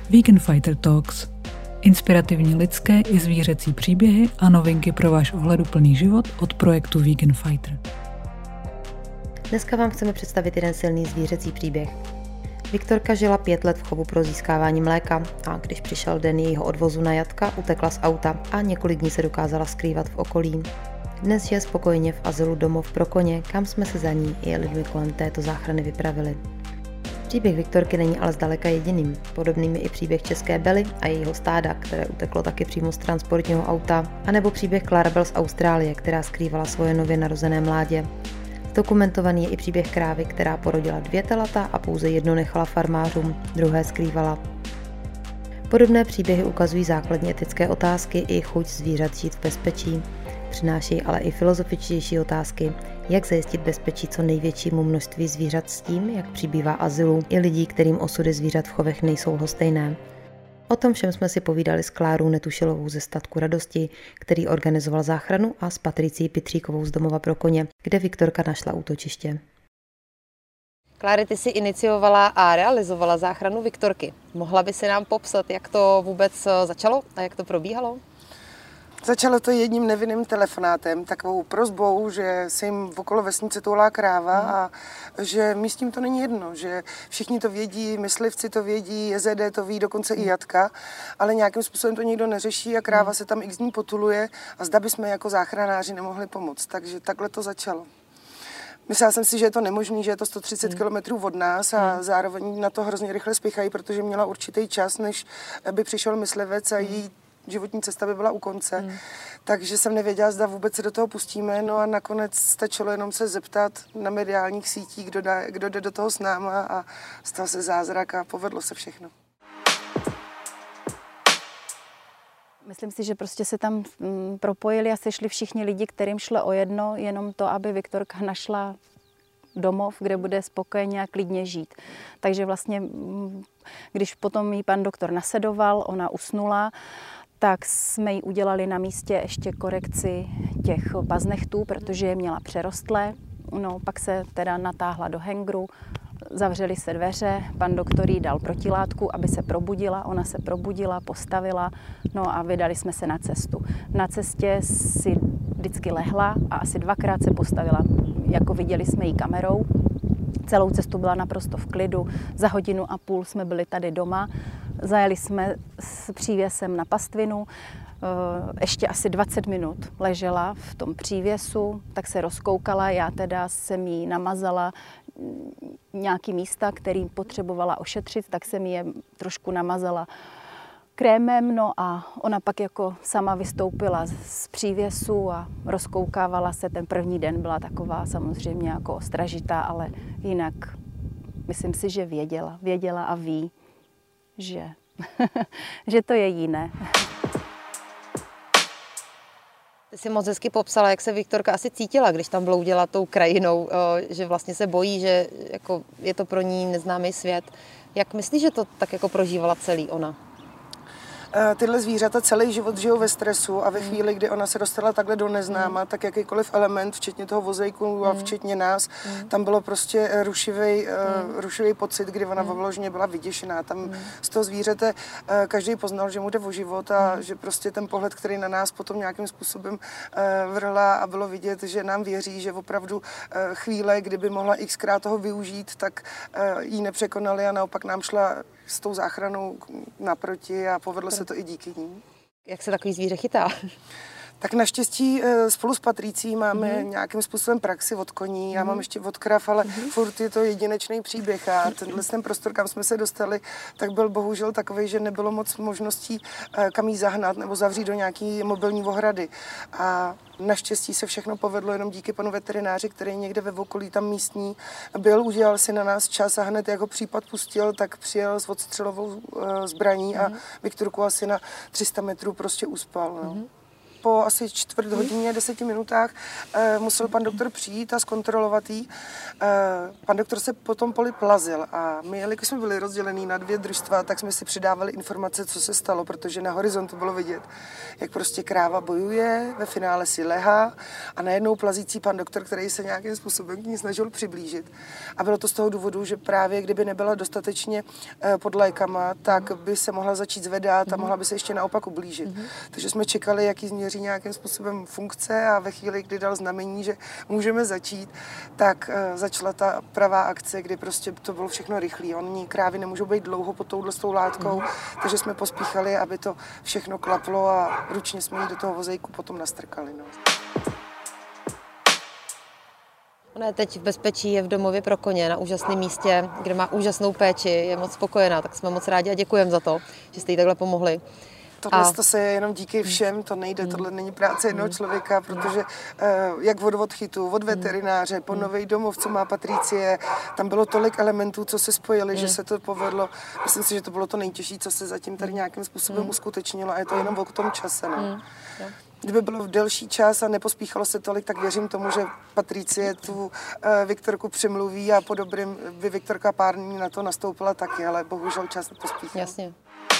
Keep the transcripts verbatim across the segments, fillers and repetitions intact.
Vegan Fighter Talks. Inspirativní lidské i zvířecí příběhy a novinky pro váš ohleduplný život od projektu Vegan Fighter. Dneska vám chceme představit jeden silný zvířecí příběh. Viktorka žila pět let v chovu pro získávání mléka a když přišel den jejího odvozu na jatka, utekla z auta a několik dní se dokázala skrývat v okolí. Dnes žije spokojeně v azylu Domov pro koně, kam jsme se za ní i lidmi kolem této záchrany vypravili. Příběh Viktorky není ale zdaleka jediným. Podobným je i příběh české Belly a jejího stáda, které uteklo taky přímo z transportního auta, anebo příběh Clarabel z Austrálie, která skrývala svoje nově narozené mládě. Dokumentovaný je i příběh krávy, která porodila dvě telata a pouze jedno nechala farmářům, druhé skrývala. Podobné příběhy ukazují základní etické otázky i chuť zvířat žít v bezpečí. Přinášejí ale i filozofičtější otázky, jak zajistit bezpečí co největšímu množství zvířat s tím, jak přibývá azylů i lidí, kterým osudy zvířat v chovech nejsou lhostejné. O tom všem jsme si povídali s Klárou Netušilovou ze Statku radosti, který organizoval záchranu, a s Patricí Pitříkovou z Domova pro koně, kde Viktorka našla útočiště. Kláry, ty jsi iniciovala a realizovala záchranu Viktorky. Mohla by si nám popsat, jak to vůbec začalo a jak to probíhalo? Začalo to jedním nevinným telefonátem, takovou prosbou, že se jim okolo vesnice toulá kráva a že mi s tím to není jedno, že všichni to vědí, myslivci to vědí, J Z D to ví, dokonce i jatka, ale nějakým způsobem to nikdo neřeší a kráva se tam x dní potuluje a zda bychom jako záchranáři nemohli pomoct. Takže takhle to začalo. Myslela jsem si, že je to nemožné, že je to sto třicet kilometrů od nás a zároveň na to hrozně rychle spěchají, protože měla určitý čas, než by přišel myslivec a jí životní cesta by byla u konce, hmm. takže jsem nevěděla, zda vůbec se do toho pustíme, no a nakonec stačilo jenom se zeptat na mediálních sítích, kdo, dá, kdo jde do toho s náma a stal se zázrak a povedlo se všechno. Myslím si, že prostě se tam propojili a sešli všichni lidi, kterým šlo o jedno, jenom to, aby Viktorka našla domov, kde bude spokojeně a klidně žít. Takže vlastně, když potom jí pan doktor nasedoval, ona usnula, tak jsme jí udělali na místě ještě korekci těch baznechtů, protože je měla přerostlé. No, pak se teda natáhla do hengru, zavřely se dveře, pan doktor jí dal protilátku, aby se probudila. Ona se probudila, postavila, no a vydali jsme se na cestu. Na cestě si vždycky lehla a asi dvakrát se postavila. Jako viděli jsme ji kamerou. Celou cestu byla naprosto v klidu. Za hodinu a půl jsme byli tady doma. Zajeli jsme s přívěsem na pastvinu. Ještě asi dvacet minut ležela v tom přívěsu, tak se rozkoukala. Já teda jsem jí namazala nějaký místa, který potřebovala ošetřit, tak jsem je trošku namazala krémem, no a ona pak jako sama vystoupila z přívěsu a rozkoukávala se. Ten první den byla taková samozřejmě jako ostražitá, ale jinak myslím si, že věděla, věděla a ví, že, že to je jiné. Ty jsi moc hezky popsala, jak se Viktorka asi cítila, když tam bloudila tou krajinou, že vlastně se bojí, že jako je to pro ní neznámý svět. Jak myslíš, že to tak jako prožívala celý ona? Tyhle zvířata celý život žijou ve stresu a ve chvíli, kdy ona se dostala takhle do neznáma, tak jakýkoliv element, včetně toho vozejku a včetně nás, tam bylo prostě rušivý, rušivý pocit, kdy ona vyloženě byla vyděšená. Tam z toho zvířete každý poznal, že mu jde o život a že prostě ten pohled, který na nás potom nějakým způsobem vrhla a bylo vidět, že nám věří, že opravdu chvíle, kdyby mohla xkrát toho využít, tak jí nepřekonali a naopak nám šla s tou záchranou naproti a povedlo se to i díky ní. Jak se takový zvíře chytá? Tak naštěstí spolu s Patricí máme mm-hmm. nějakým způsobem praxi od koní, já mm-hmm. mám ještě od krav, ale mm-hmm. furt je to jedinečný příběh a tenhle ten prostor, kam jsme se dostali, tak byl bohužel takový, že nebylo moc možností, kam jí zahnat nebo zavřít do nějaký mobilní ohrady. A naštěstí se všechno povedlo jenom díky panu veterináři, který někde ve okolí tam místní byl, udělal si na nás čas a hned jako případ pustil, tak přijel s odstřelovou zbraní mm-hmm. a Viktorku asi na tři sta metrů prostě uspal. No. Mm-hmm. po asi čtvrt hodině, deseti minutách uh, musel pan doktor přijít a zkontrolovat jí. Uh, pan doktor se potom poli plazil a my, jelikož jsme byli rozdělení na dvě družstva, tak jsme si přidávali informace, co se stalo, protože na horizontu bylo vidět, jak prostě kráva bojuje, ve finále si lehá a najednou plazící pan doktor, který se nějakým způsobem k ní snažil přiblížit. A bylo to z toho důvodu, že právě kdyby nebyla dostatečně uh, pod lékama, tak by se mohla začít zvedat a mohla by se ještě naopak ublížit. Mm-hmm. Takže jsme čekali, jaký změří nějakým způsobem funkce a ve chvíli, kdy dal znamení, že můžeme začít, tak uh, začala ta pravá akce, kdy prostě to bylo všechno rychlé. Oni krávy nemůžou být dlouho pod touhle s tou látkou, mm-hmm. takže jsme pospíchali, aby to všechno klaplo a ručně jsme ji do toho vozejku potom nastrkali. No. Ona je teď v bezpečí, je v domově pro koně na úžasném místě, kde má úžasnou péči, je moc spokojená, tak jsme moc rádi a děkujeme za to, že jste jí takhle pomohli. Tohle a... to se je jenom díky všem, to nejde, mm. tohle není práce jednoho člověka, protože uh, jak od odchytu, od veterináře, po nový domov, co má Patricie, tam bylo tolik elementů, co se spojily, mm. že se to povedlo. Myslím si, že to bylo to nejtěžší, co se zatím tady nějakým způsobem mm. uskutečnilo a je to jenom o tom čase. No. Mm. Kdyby bylo v delší čas a nepospíchalo se tolik, tak věřím tomu, že Patricie tu uh, Viktorku přemluví a po dobrým by Viktorka pár dní na to nastoupila taky, ale bohužel čas nepospíchal. Jasně.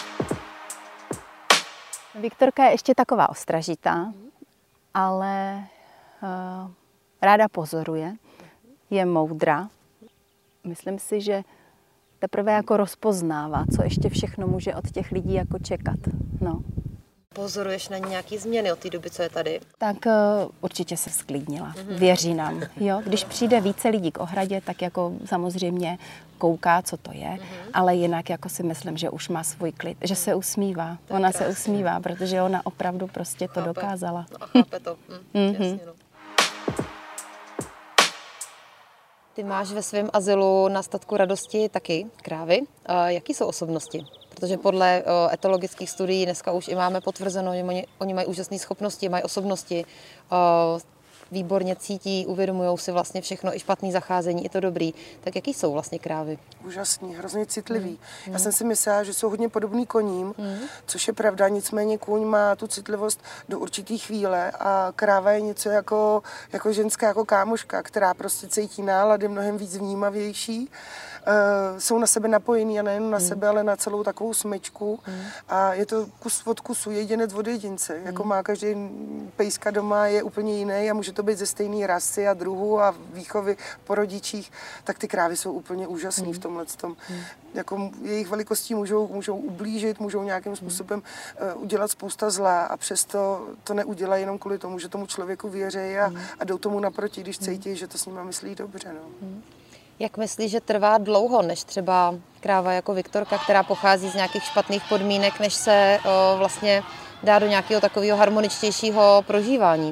Viktorka je ještě taková ostražitá, ale uh, ráda pozoruje, je moudrá. Myslím si, že teprve jako rozpoznává, co ještě všechno může od těch lidí jako čekat. No. Pozoruješ na nějaké změny od té doby, co je tady? Tak uh, určitě se sklidnila. Mm-hmm. Věří nám. Jo? Když přijde více lidí k ohradě, tak jako samozřejmě kouká, co to je, mm-hmm. ale jinak jako si myslím, že už má svůj klid, že se usmívá. Ona krásný. Se usmívá, protože ona opravdu prostě to chápe. Dokázala. No a chápe to. Mm, mm-hmm. Jasně, no. Ty máš ve svém azylu na statku Radosti taky krávy. Uh, jaký jsou osobnosti? Protože podle uh, etologických studií dneska už i máme potvrzeno, že oni, oni mají úžasné schopnosti, mají osobnosti, uh, výborně cítí, uvědomují si vlastně všechno, i špatný zacházení, i to dobrý. Tak jaký jsou vlastně krávy? Úžasný, hrozně citlivý. Mm. Já jsem si myslela, že jsou hodně podobný koním, mm. což je pravda, nicméně kůň má tu citlivost do určitý chvíle a kráva je něco jako, jako ženská, jako kámoška, která prostě cítí nálady, mnohem víc vnímavější. Uh, jsou na sebe napojení a nejen na mm. sebe, ale na celou takovou smečku. Mm. A je to kus od kusu, jedinec od jedince. Mm. Jako má každý pejska doma, je úplně jiný a může to být ze stejné rasy a druhu a výchovy po rodičích, tak ty krávy jsou úplně úžasný mm. v tomhletom. Mm. Jako jejich velikostí můžou, můžou ublížit, můžou nějakým způsobem uh, udělat spousta zla a přesto to neudělají jenom kvůli tomu, že tomu člověku věří a, mm. a jdou tomu naproti, když cítí, že to s nima myslí dobře. No. Mm. Jak myslíš, že trvá dlouho, než třeba kráva jako Viktorka, která pochází z nějakých špatných podmínek, než se o, vlastně dá do nějakého takového harmoničtějšího prožívání?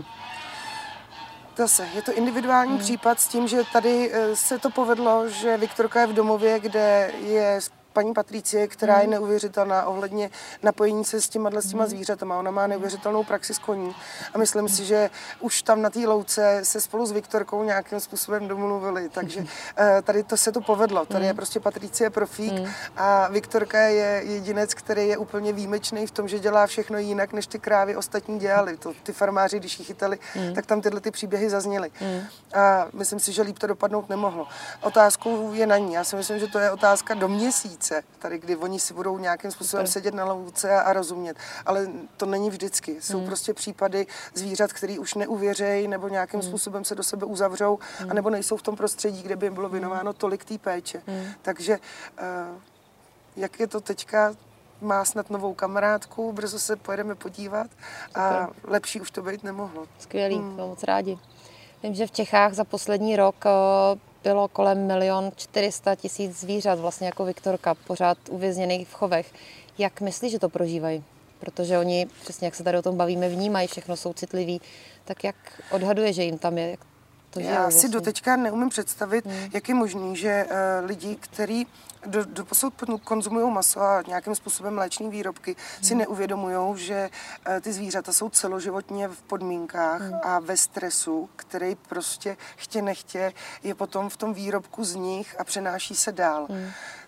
Zase, je to individuální hmm. případ s tím, že tady se to povedlo, že Viktorka je v domově, kde je paní Patricie, která je neuvěřitelná ohledně napojení se s těma, s těma zvířatama. Ona má neuvěřitelnou praxi s koní a myslím si, že už tam na té louce se spolu s Viktorkou nějakým způsobem domluvili, takže tady to se to povedlo. Tady je prostě Patricie profík a Viktorka je jedinec, který je úplně výjimečný v tom, že dělá všechno jinak, než ty krávy ostatní dělali. To, ty farmáři, když ji chytali, tak tam tyhle ty příběhy zazněly. A myslím si, že líp to dopadnout nemohlo. Otázkou je na ní. Já si myslím, že to je otázka do měsíce. Tady, kdy oni si budou nějakým způsobem sedět na louce a, a rozumět. Ale to není vždycky. Jsou hmm. prostě případy zvířat, který už neuvěřejí nebo nějakým hmm. způsobem se do sebe uzavřou, hmm. anebo nejsou v tom prostředí, kde by jim bylo věnováno tolik té péče. Hmm. Takže uh, jak je to teďka, má snad novou kamarádku, brzo se pojedeme podívat a super. Lepší už to být nemohlo. Skvělý, hmm. moc rádi. Vím, že v Čechách za poslední rok uh, bylo kolem milion čtyři sta tisíc zvířat, vlastně jako Viktorka, pořád uvězněných v chovech. Jak myslíš, že to prožívají? Protože oni, přesně jak se tady o tom bavíme, vnímají, všechno jsou citliví. Tak jak odhaduje, že jim tam je? Jak to Já vlastně? si doteďka neumím představit, hmm. jak je možný, že uh, lidi, kteří do, doposud konzumují maso a nějakým způsobem mléčné výrobky, hmm. si neuvědomují, že uh, ty zvířata jsou celoživotně v podmínkách hmm. a ve stresu, který prostě chtě nechtě je potom v tom výrobku z nich a přenáší se dál. Hmm.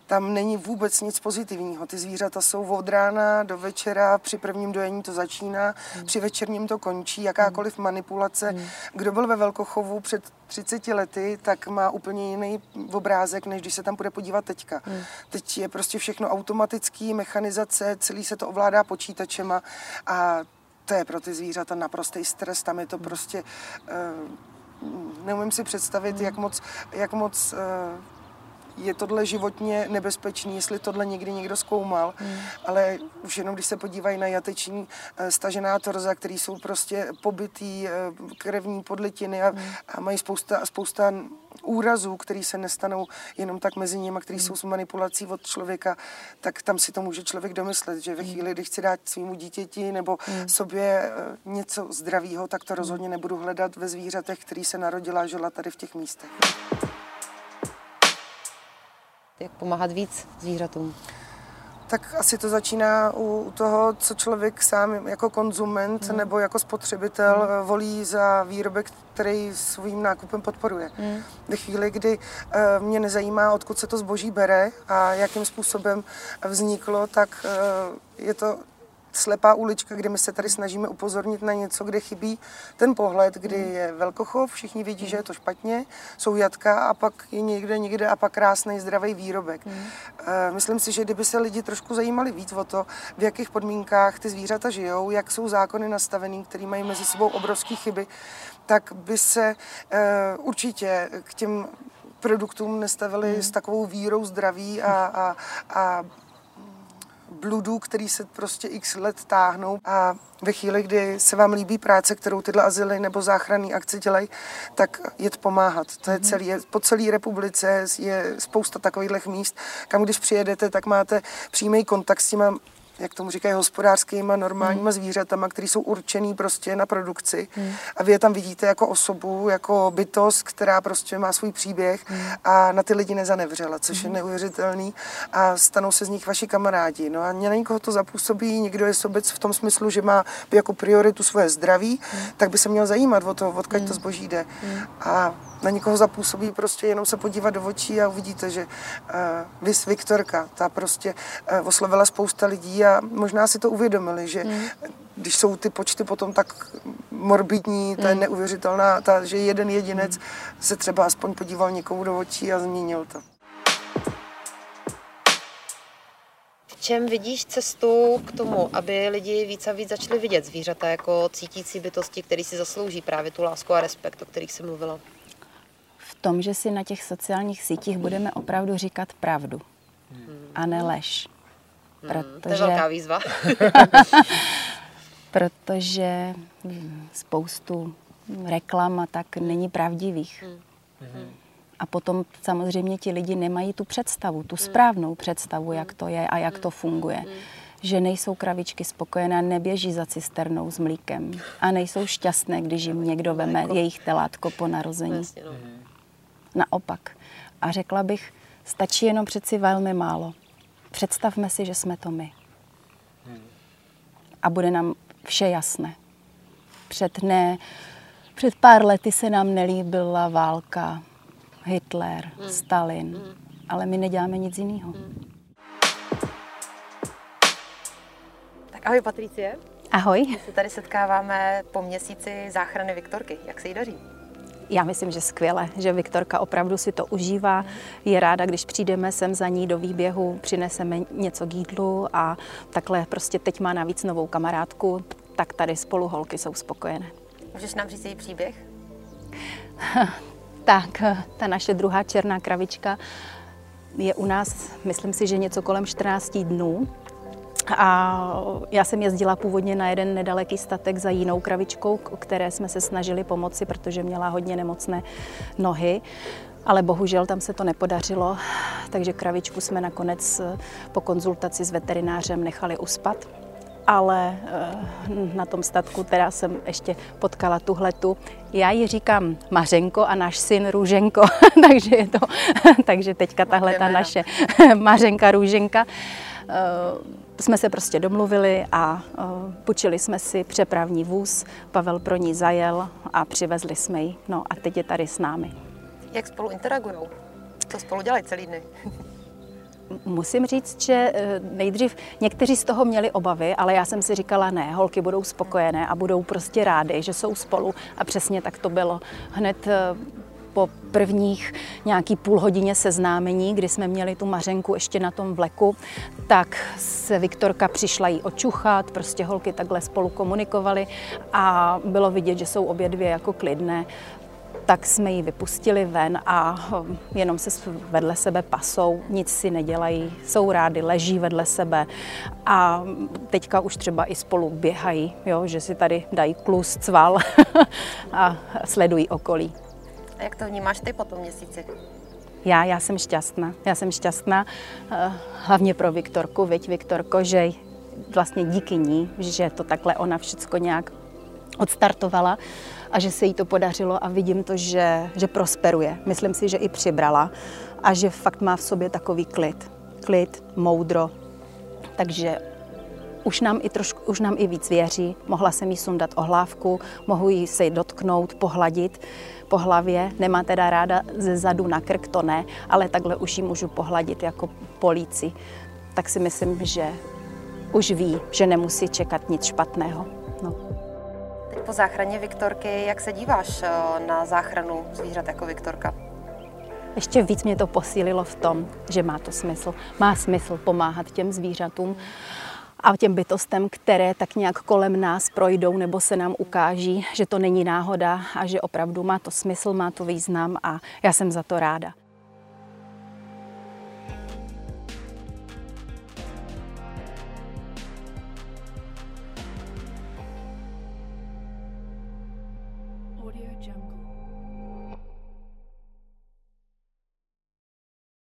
tam není vůbec nic pozitivního. Ty zvířata jsou od rána do večera, při prvním dojení to začíná, hmm. při večerním to končí, jakákoliv manipulace. Hmm. Kdo byl ve velkochovu před třiceti lety, tak má úplně jiný obrázek, než když se tam bude podívat teďka. Hmm. Teď je prostě všechno automatický, mechanizace, celý se to ovládá počítačema a to je pro ty zvířata naprostý stres, tam je to prostě, uh, neumím si představit, hmm. jak moc, jak moc uh, je tohle životně nebezpečný, jestli tohle někdy někdo zkoumal, hmm. ale už jenom když se podívají na jateční stažená torza, který jsou prostě pobytý, krevní podlitiny a, hmm. a mají spousta, spousta úrazů, který se nestanou jenom tak mezi nimi, který hmm. jsou s manipulací od člověka, tak tam si to může člověk domyslet, že ve chvíli, kdy chci dát svýmu dítěti nebo hmm. sobě něco zdravého, tak to rozhodně nebudu hledat ve zvířatech, který se narodila a žila tady v těch místech. Jak pomáhat víc zvířatům? Tak asi to začíná u toho, co člověk sám jako konzument mm. nebo jako spotřebitel mm. volí za výrobek, který svým nákupem podporuje. Mm. Ve chvíli, kdy uh, mě nezajímá, odkud se to zboží bere a jakým způsobem vzniklo, tak uh, je to slepá ulička, kde my se tady snažíme upozornit na něco, kde chybí ten pohled, kdy je velkochov, všichni vědí, že je to špatně, jsou jatka a pak je někde, někde a pak krásný, zdravý výrobek. Mm. Myslím si, že kdyby se lidi trošku zajímali víc o to, v jakých podmínkách ty zvířata žijou, jak jsou zákony nastavený, které mají mezi sebou obrovské chyby, tak by se uh, určitě k těm produktům nestavili mm. s takovou vírou zdraví a, a, a bludů, který se prostě x let táhnou a ve chvíli, kdy se vám líbí práce, kterou tyhle azyly nebo záchranné akce dělají, tak jet pomáhat. To je celý, je, po celé republice je spousta takových míst, kam když přijedete, tak máte přímý kontakt s těma, jak tomu říkají, hospodářskýma, normálníma zvířatama, které jsou určený prostě na produkci. Hmm. A vy je tam vidíte jako osobu, jako bytost, která prostě má svůj příběh hmm. a na ty lidi nezanevřela, což hmm. je neuvěřitelný a stanou se z nich vaši kamarádi. No a na někoho to zapůsobí, někdo je sobec v tom smyslu, že má jako prioritu svoje zdraví, hmm. tak by se měl zajímat o to, odkud hmm. to zboží jde. Hmm. A na někoho zapůsobí prostě jenom se podívat do očí a uvidíte, že uh, vys Viktorka, ta prostě uh, oslovila spousta lidí a možná si to uvědomili, že mm. když jsou ty počty potom tak morbidní, to je mm. neuvěřitelná, ta, že jeden jedinec mm. se třeba aspoň podíval někomu do očí a změnil to. V čem vidíš cestu k tomu, aby lidi víc a víc začali vidět zvířata jako cítící bytosti, který si zaslouží právě tu lásku a respekt, o kterých jsem mluvila? V tom, že si na těch sociálních sítích budeme opravdu říkat pravdu hmm. a ne lež. Protože, hmm, to je velká výzva. protože spoustu reklam a tak není pravdivých. Hmm. A potom samozřejmě ti lidi nemají tu představu, tu správnou představu, jak to je a jak to funguje. Že nejsou kravičky spokojené, neběží za cisternou s mlíkem a nejsou šťastné, když jim někdo veme jejich telátko po narození. Naopak. A řekla bych, stačí jenom přeci velmi málo. Představme si, že jsme to my. A bude nám vše jasné. Před, ne, před pár lety se nám nelíbila válka, Hitler, mm. Stalin, mm. ale my neděláme nic jiného. Mm. Tak ahoj Patricie. Ahoj. My se tady setkáváme po měsíci záchrany Viktorky. Jak se jí daří? Já myslím, že skvěle, že Viktorka opravdu si to užívá. Je ráda, když přijdeme sem za ní do výběhu, přineseme něco k jídlu a takhle prostě teď má navíc novou kamarádku, tak tady spolu holky jsou spokojené. Můžeš nám říct její příběh? Tak, ta naše druhá černá kravička je u nás, myslím si, že něco kolem čtrnáct dnů. A já jsem jezdila původně na jeden nedaleký statek za jinou kravičkou, které jsme se snažili pomoci, protože měla hodně nemocné nohy. Ale bohužel tam se to nepodařilo, takže kravičku jsme nakonec po konzultaci s veterinářem nechali uspat. Ale na tom statku teda jsem ještě potkala tuhletu. Já ji říkám Mařenko a náš syn Růženko, takže je to, takže teďka tahle ta naše Mařenka Růženka. Jsme se prostě domluvili a půjčili jsme si přepravní vůz, Pavel pro ní zajel a přivezli jsme ji. No a teď je tady s námi. Jak spolu interagujou? Co spolu dělají celý dny? musím říct, že nejdřív někteří z toho měli obavy, ale já jsem si říkala, ne, holky budou spokojené a budou prostě rády, že jsou spolu. A přesně tak to bylo. Hned po prvních nějaký půl hodině seznámení, kdy jsme měli tu Mařenku ještě na tom vleku, tak se Viktorka přišla jí očuchat, prostě holky takhle spolu komunikovaly a bylo vidět, že jsou obě dvě jako klidné. Tak jsme ji vypustili ven a jenom se vedle sebe pasou, nic si nedělají, jsou rády, leží vedle sebe a teďka už třeba i spolu běhají, jo, že si tady dají klus, cval a sledují okolí. A jak to vnímáš ty po tom měsíci? Já, já jsem šťastná, já jsem šťastná, hlavně pro Viktorku, viď Viktorko, že vlastně díky ní, že to takhle ona všecko nějak odstartovala a že se jí to podařilo a vidím to, že, že prosperuje. Myslím si, že i přibrala a že fakt má v sobě takový klid, klid, moudro, takže už nám i trošku, už nám i víc věří. Mohla jsem jí sundat ohlávku, mohu jí se dotknout, pohladit po hlavě. Nemá teda ráda ze zadu na krk, to ne, ale takhle už ji můžu pohladit jako po líci. Tak si myslím, že už ví, že nemusí čekat nic špatného. No. Teď po záchraně Viktorky, jak se díváš na záchranu zvířat jako Viktorka? Ještě víc mě to posílilo v tom, že má to smysl. Má smysl pomáhat těm zvířatům a těm bytostem, které tak nějak kolem nás projdou nebo se nám ukáží, že to není náhoda a že opravdu má to smysl, má to význam a já jsem za to ráda. Audio Jungle.